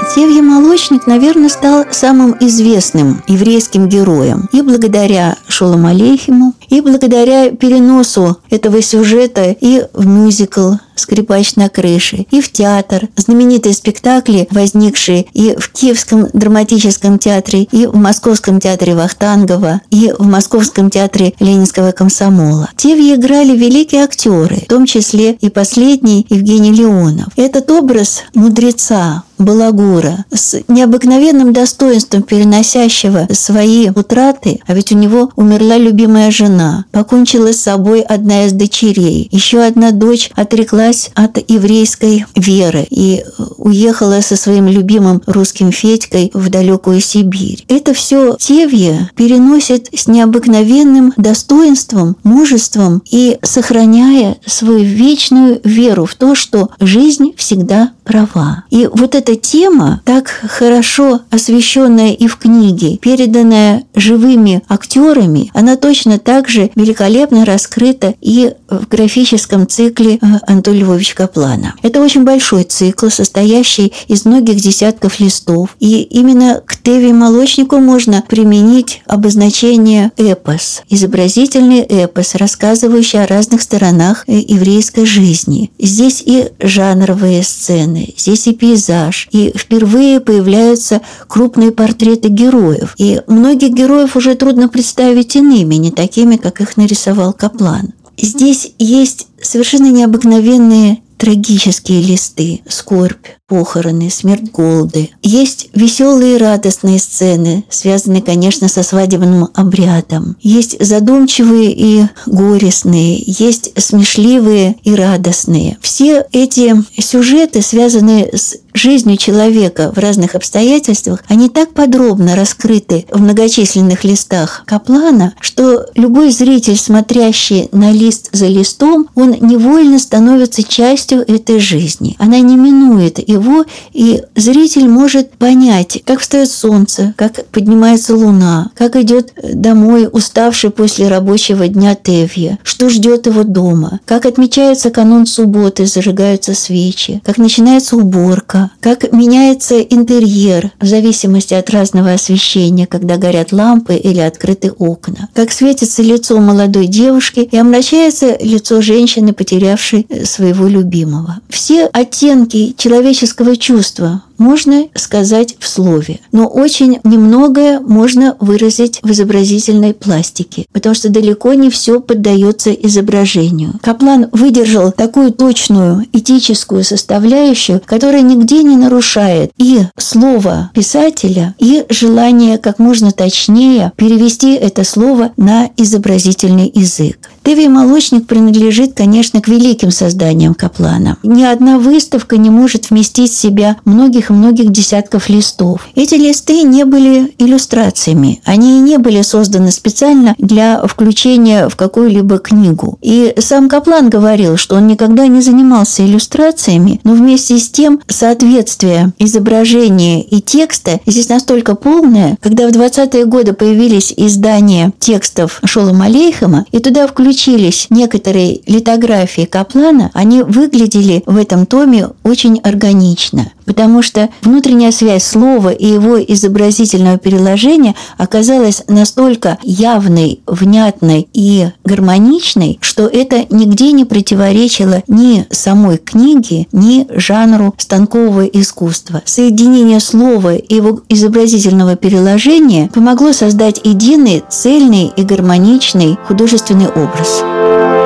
Тевье Молочник, наверное, стал самым известным еврейским героем и благодаря Шолому Алейхему, и благодаря переносу этого сюжета и в мюзикл «Скрипач на крыше», и в театр. Знаменитые спектакли, возникшие и в Киевском драматическом театре, и в Московском театре Вахтангова, и в Московском театре Ленинского комсомола. Тевье играли великие актеры, в том числе и последний Евгений Леонов. Этот образ мудреца, балагура, с необыкновенным достоинством переносящего свои утраты, а ведь у него умерла любимая жена, покончила с собой одна из дочерей, еще одна дочь отреклась от еврейской веры и уехала со своим любимым русским Федькой в далекую Сибирь. Это все Тевье переносит с необыкновенным достоинством, мужеством и сохраняя свою вечную веру в то, что жизнь всегда права. И вот эта тема, так хорошо освещенная и в книге, переданная живыми актерами, она точно так же великолепно раскрыта и в графическом цикле Антона Львовича Каплана. Это очень большой цикл, состоящий из многих десятков листов. И именно к Тевье Молочнику можно применить обозначение эпос, изобразительный эпос, рассказывающий о разных сторонах еврейской жизни. Здесь и жанровые сцены, здесь и пейзаж, и впервые появляются крупные портреты героев. И многих героев уже трудно представить иными, не такими, как их нарисовал Каплан. Здесь есть совершенно необыкновенные трагические листы, скорбь, похороны, смерть Голды. Есть веселые и радостные сцены, связанные, конечно, со свадебным обрядом. Есть задумчивые и горестные, есть смешливые и радостные. Все эти сюжеты, связанные с жизнью человека в разных обстоятельствах, они так подробно раскрыты в многочисленных листах Каплана, что любой зритель, смотрящий на лист за листом, он невольно становится частью этой жизни. Она не минует его, и зритель может понять, как встает солнце, как поднимается луна, как идет домой уставший после рабочего дня Тевье, что ждет его дома, как отмечается канун субботы, зажигаются свечи, как начинается уборка, как меняется интерьер в зависимости от разного освещения, когда горят лампы или открыты окна, как светится лицо молодой девушки и омрачается лицо женщины, потерявшей своего любимого. Все оттенки человеческого чувства можно сказать в слове, но очень немногое можно выразить в изобразительной пластике, потому что далеко не все поддается изображению. Каплан выдержал такую точную этическую составляющую, которая нигде не нарушает и слово писателя, и желание как можно точнее перевести это слово на изобразительный язык. Тевье Молочник принадлежит, конечно, к великим созданиям Каплана. Ни одна выставка не может вместить в себя многих десятков листов. Эти листы не были иллюстрациями. Они не были созданы специально для включения в какую-либо книгу. И сам Каплан говорил, что он никогда не занимался иллюстрациями, но вместе с тем соответствие изображения и текста здесь настолько полное, когда в 20-е годы появились издания текстов Шолома Алейхема, и туда включились некоторые литографии Каплана, они выглядели в этом томе очень органично, потому что внутренняя связь слова и его изобразительного переложения оказалась настолько явной, внятной и гармоничной, что это нигде не противоречило ни самой книге, ни жанру станкового искусства. Соединение слова и его изобразительного переложения помогло создать единый, цельный и гармоничный художественный образ.